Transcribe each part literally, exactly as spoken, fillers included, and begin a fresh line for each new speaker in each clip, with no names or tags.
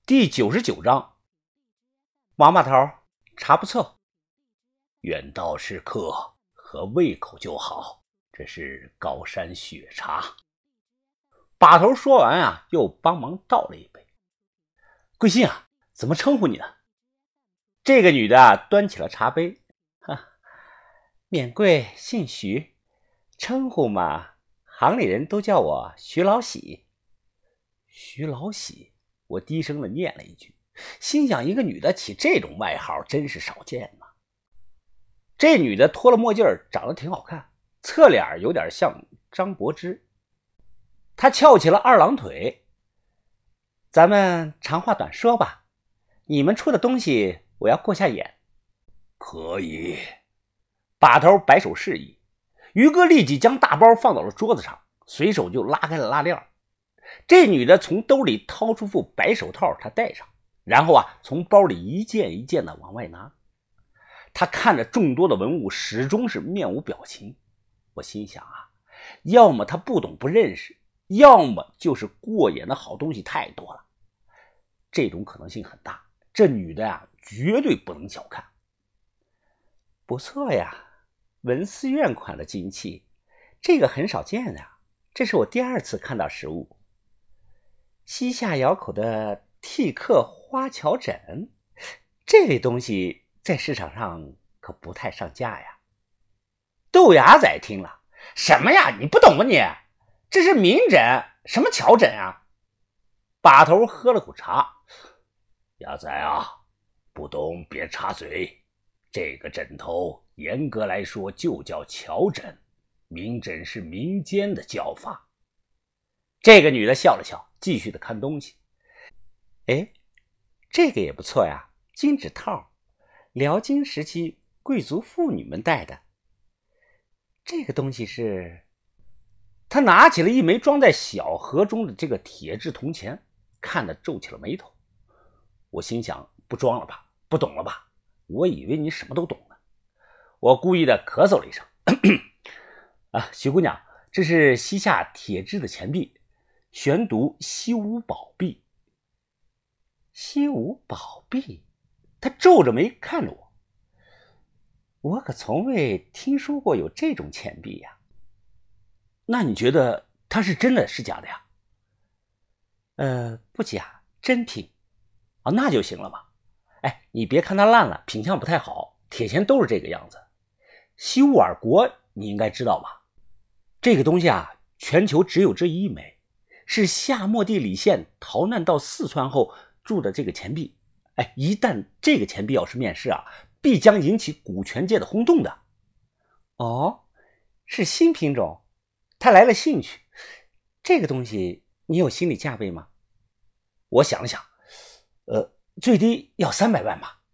第九十九章，王把头，茶不错。
远道是客，合胃口就好。这是高山雪茶。
把头说完啊，又帮忙倒了一杯。贵姓啊？怎么称呼你呢？这个女的啊，端起了茶杯。哈，免贵姓徐，称呼嘛，行里人都叫我徐老喜。徐老喜。我低声的念了一句，心想一个女的起这种外号真是少见呐。这女的脱了墨镜，长得挺好看，侧脸有点像张柏芝。她翘起了二郎腿。咱们长话短说吧，你们出的东西我要过下眼。
可以。
把头摆手示意，于哥立即将大包放到了桌子上，随手就拉开了拉链。这女的从兜里掏出副白手套，她戴上，然后啊，从包里一件一件的往外拿。她看着众多的文物，始终是面无表情。我心想啊，要么她不懂不认识，要么就是过眼的好东西太多了。这种可能性很大，这女的啊，绝对不能小看。不错呀，文思院款的金器，这个很少见呀，这是我第二次看到实物。西夏窑口的剔刻花桥枕，这类东西在市场上可不太上架呀。豆芽仔听了，什么呀？你不懂吗你？这是名枕，什么桥枕啊？把头喝了口茶。
牙仔啊，不懂别插嘴。这个枕头严格来说就叫桥枕，名枕是民间的叫法。
这个女的笑了笑，继续的看东西。哎，这个也不错呀，金指套，辽金时期贵族妇女们戴的。这个东西是……她拿起了一枚装在小盒中的这个铁质铜钱，看得皱起了眉头。我心想，不装了吧，不懂了吧，我以为你什么都懂呢。我故意的咳嗽了一声。啊，徐姑娘，这是西夏铁制的钱币，悬读西吴宝币。西吴宝币？他皱着眉看着我。我可从未听说过有这种钱币呀。那你觉得它是真的是假的呀？呃，不假，真品。啊，那就行了嘛。哎，你别看它烂了，品相不太好，铁钱都是这个样子。西乌尔国你应该知道吧？这个东西啊，全球只有这一枚，是夏末帝李宪逃难到四川后铸的这个钱币。哎，一旦这个钱币要是面世啊，必将引起股权界的轰动的。哦，是新品种，他来了兴趣。这个东西你有心理价位吗？我想了想，呃，最低要三百万吧。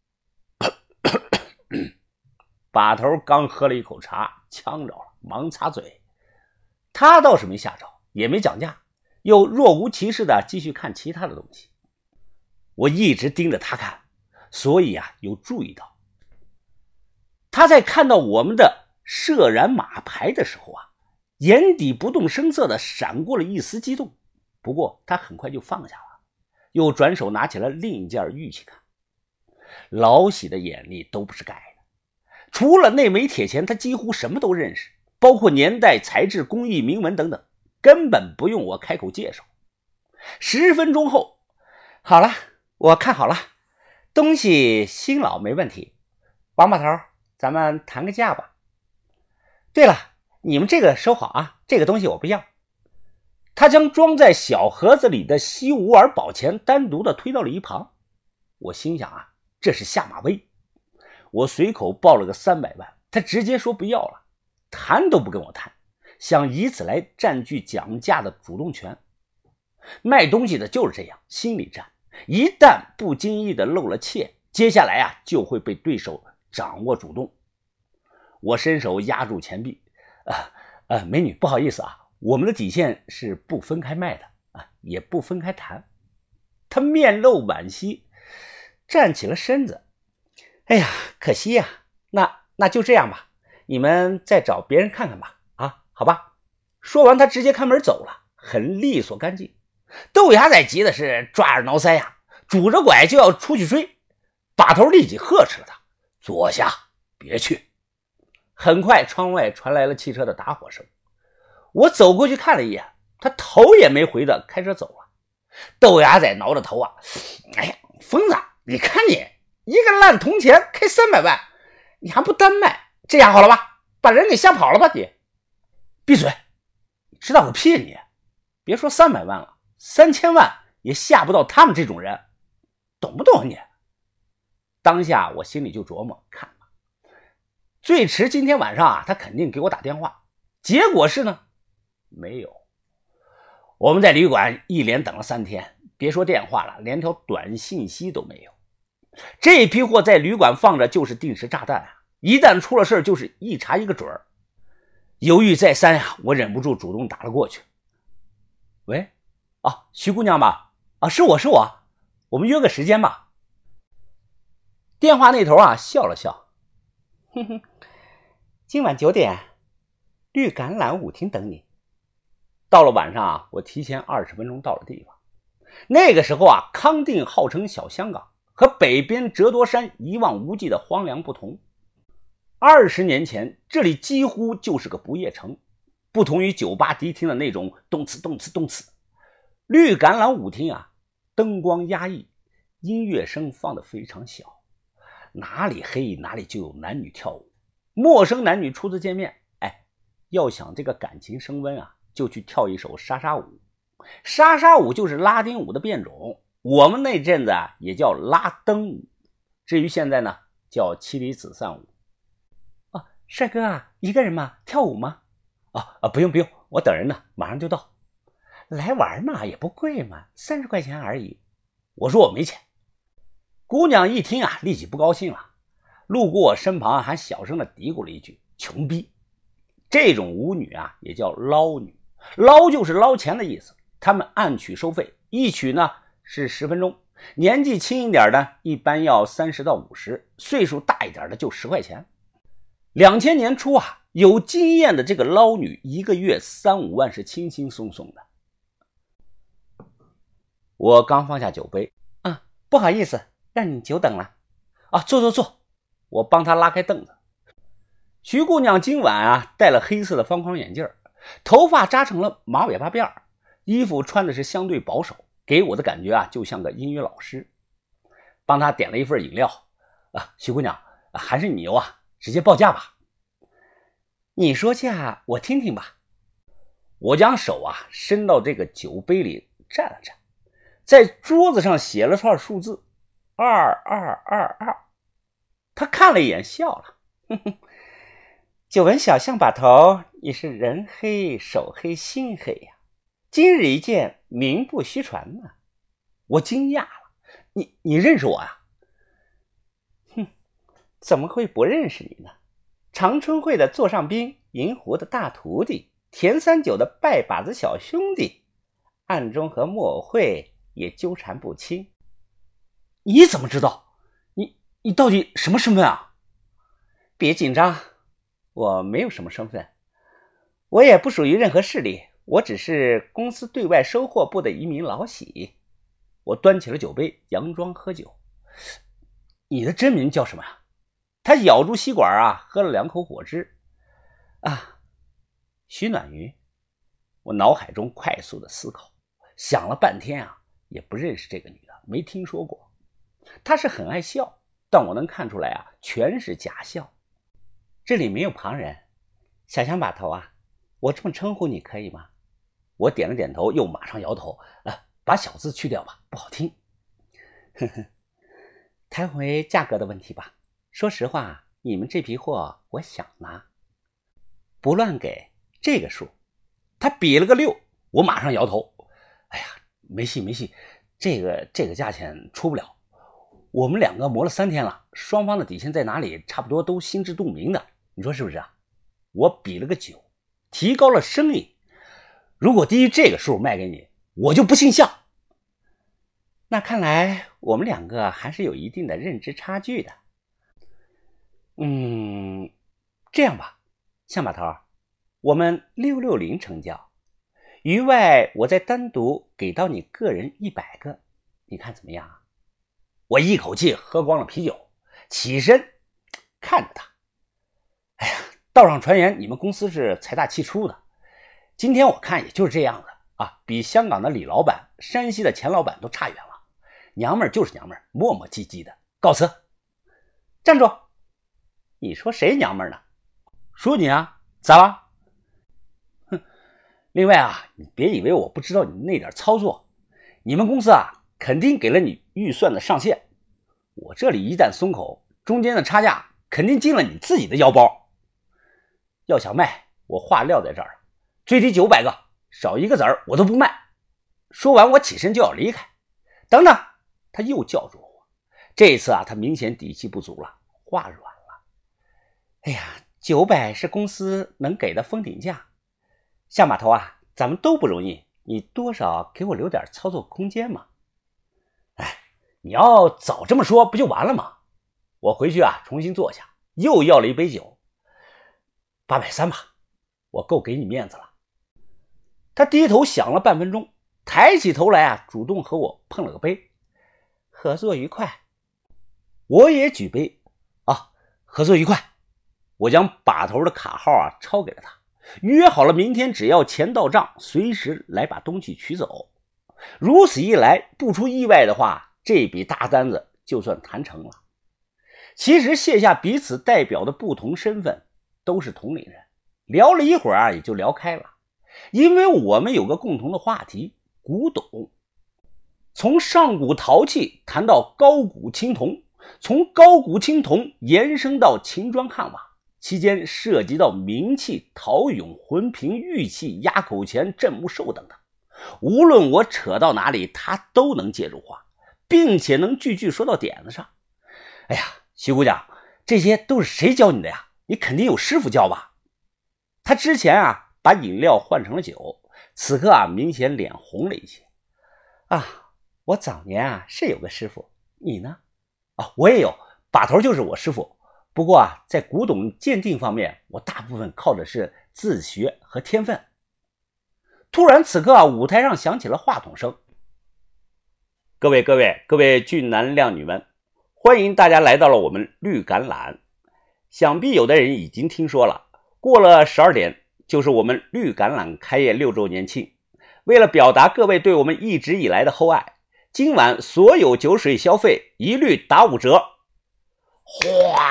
把头刚喝了一口茶，呛着了，忙擦嘴。他倒是没吓着，也没讲价，又若无其事的继续看其他的东西。我一直盯着他看，所以啊，有注意到他在看到我们的射然马牌的时候啊，眼底不动声色的闪过了一丝激动。不过他很快就放下了，又转手拿起了另一件玉器看。老喜的眼力都不是盖的，除了那枚铁钱，他几乎什么都认识，包括年代、材质、工艺、铭文等等，根本不用我开口介绍。十分钟后，好了，我看好了，东西新老没问题。王把头，咱们谈个价吧。对了，你们这个收好啊，这个东西我不要。他将装在小盒子里的西吴尔宝钱单独的推到了一旁。我心想啊，这是下马威。我随口报了个三百万，他直接说不要了，谈都不跟我谈，想以此来占据讲价的主动权。卖东西的就是这样，心理战，一旦不经意的露了怯，接下来啊就会被对手掌握主动。我伸手压住钱币，啊呃，美女，不好意思啊，我们的底线是不分开卖的啊，也不分开谈。他面露惋惜，站起了身子。哎呀，可惜呀，那那就这样吧，你们再找别人看看吧，啊，好吧。说完，他直接开门走了，很利索干净。豆芽仔急的是抓耳挠腮呀， 拄着拐就要出去追，把头立即呵斥了他：
坐下，别去。
很快窗外传来了汽车的打火声，我走过去看了一眼，他头也没回的开车走了。豆芽仔挠着头啊，哎呀，疯子，你看你一个烂铜钱开三百万，你还不单卖，这样好了吧，把人给吓跑了吧你。闭嘴，你知道个屁你，别说三百万了，三千万也吓不到他们这种人，懂不懂你？当下我心里就琢磨，看吧，最迟今天晚上啊，他肯定给我打电话。结果是呢，没有。我们在旅馆一连等了三天，别说电话了，连条短信息都没有。这批货在旅馆放着就是定时炸弹啊，一旦出了事就是一查一个准儿。犹豫再三呀，我忍不住主动打了过去。喂，啊，徐姑娘吧？啊，是我是我，我们约个时间吧。电话那头啊笑了笑，哼哼，今晚九点，绿橄榄舞厅等你。到了晚上啊，我提前二十分钟到了地方。那个时候啊，康定号称小香港，和北边折多山一望无际的荒凉不同。二十年前，这里几乎就是个不夜城，不同于酒吧迪厅的那种动次动次动次。绿橄榄舞厅啊，灯光压抑，音乐声放得非常小，哪里黑哪里就有男女跳舞。陌生男女初次见面，哎，要想这个感情升温啊，就去跳一首莎莎舞。莎莎舞就是拉丁舞的变种，我们那阵子啊也叫拉登舞，至于现在呢，叫妻离子散舞。啊，帅哥啊，一个人吗？跳舞吗？啊啊，不用不用，我等人呢，马上就到。来玩嘛，也不贵嘛，三十块钱而已。我说我没钱。姑娘一听啊，立即不高兴了，路过我身旁还小声的嘀咕了一句：穷逼。这种舞女啊也叫捞女，捞就是捞钱的意思，他们按曲收费，一曲呢是十分钟，年纪轻一点的一般要三十到五十，岁数大一点的就十块钱。两千年初啊，有经验的这个捞女一个月三五万是轻轻松松的。我刚放下酒杯，啊，不好意思，让你久等了。啊，坐坐坐，我帮她拉开凳子。徐姑娘今晚啊戴了黑色的方框眼镜，头发扎成了马尾巴辫，衣服穿的是相对保守，给我的感觉啊就像个音乐老师。帮她点了一份饮料。啊，徐姑娘，还是你牛啊，直接报价吧。你说价，我听听吧。我将手啊伸到这个酒杯里蘸了蘸，在桌子上写了串数字二二二二。他看了一眼笑了，哼哼，久闻小象把头，已是人黑手黑心黑呀、啊，今日一见，名不虚传呢、啊。我惊讶了，你你认识我呀、啊？哼，怎么会不认识你呢？长春会的座上宾，银湖的大徒弟，田三九的拜把子小兄弟，暗中和莫会也纠缠不清。你怎么知道？你你到底什么身份啊？别紧张，我没有什么身份，我也不属于任何势力，我只是公司对外收货部的一名老喜。我端起了酒杯，佯装喝酒。你的真名叫什么呀？他咬住吸管啊，喝了两口果汁。啊，徐暖云。我脑海中快速的思考，想了半天啊，也不认识这个女的，没听说过。她是很爱笑，但我能看出来啊，全是假笑。这里没有旁人，小香把头啊，我这么称呼你可以吗？我点了点头，又马上摇头，啊，把小字去掉吧，不好听。呵呵，谈回价格的问题吧。说实话，你们这批货我想拿，不乱给，这个数。他比了个六，我马上摇头。哎呀，没戏没戏，这个这个价钱出不了。我们两个磨了三天了，双方的底线在哪里，差不多都心知肚明的，你说是不是啊？我比了个九，提高了声音。如果低于这个数卖给你，我就不姓向。那看来我们两个还是有一定的认知差距的。嗯，这样吧，向把头，我们六六零成交，余外我再单独给到你个人一百个，你看怎么样啊？ 我一口气喝光了啤酒，起身看着他。哎呀，道上传言你们公司是财大气粗的，今天我看也就是这样的啊，比香港的李老板、山西的钱老板都差远了。娘们儿就是娘们儿，磨磨唧唧的，告辞。站住！你说谁娘们儿呢？说你啊，咋了？哼！另外啊，你别以为我不知道你那点操作，你们公司啊肯定给了你预算的上限，我这里一旦松口，中间的差价肯定进了你自己的腰包。要想卖，我话撂在这儿了，最低九百个，少一个子儿我都不卖。说完我起身就要离开。等等，他又叫住我。这次啊，他明显底气不足了，话软了。哎呀，九百是公司能给的封顶价，下码头啊，咱们都不容易，你多少给我留点操作空间嘛。哎，你要早这么说不就完了吗？我回去啊，重新坐下，又要了一杯酒。八百三吧，我够给你面子了。他低头想了半分钟，抬起头来啊，主动和我碰了个杯。合作愉快。我也举杯啊，合作愉快。我将把头的卡号啊抄给了他，约好了明天只要钱到账，随时来把东西取走。如此一来，不出意外的话，这笔大单子就算谈成了。其实卸下彼此代表的不同身份，都是同龄人，聊了一会儿啊，也就聊开了。因为我们有个共同的话题，古董。从上古陶器谈到高古青铜，从高古青铜延伸到秦砖汉瓦，期间涉及到名器、陶俑、魂瓶、玉器、压口钱、镇墓兽等等。无论我扯到哪里，他都能接住话，并且能句句说到点子上。哎呀，徐姑娘，这些都是谁教你的呀？你肯定有师傅教吧？他之前啊把饮料换成了酒，此刻啊明显脸红了一些。啊，我早年啊是有个师傅，你呢？啊，我也有，把头就是我师傅。不过啊，在古董鉴定方面，我大部分靠的是自学和天分。突然此刻啊，舞台上响起了话筒声。各位各位各位俊男靓女们，欢迎大家来到了我们绿橄榄。想必有的人已经听说了，过了十二点就是我们绿橄榄开业六周年庆。为了表达各位对我们一直以来的厚爱，今晚所有酒水消费一律打五折。哗！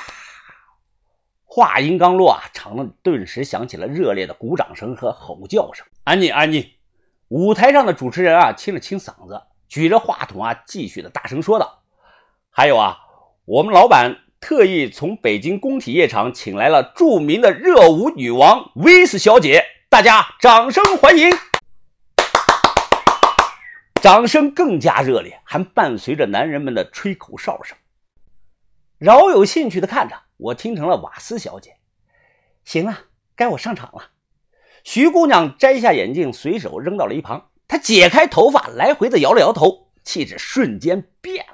话音刚落啊，场内顿时响起了热烈的鼓掌声和吼叫声。安静安静！舞台上的主持人啊清了清嗓子，举着话筒啊继续的大声说道：还有啊，我们老板特意从北京工体夜场请来了著名的热舞女王威斯小姐，大家掌声欢迎！掌声更加热烈，还伴随着男人们的吹口哨声。饶有兴趣的看着，我听成了瓦斯小姐。行了，该我上场了。徐姑娘摘下眼镜，随手扔到了一旁。她解开头发，来回的摇了摇头，气质瞬间变了。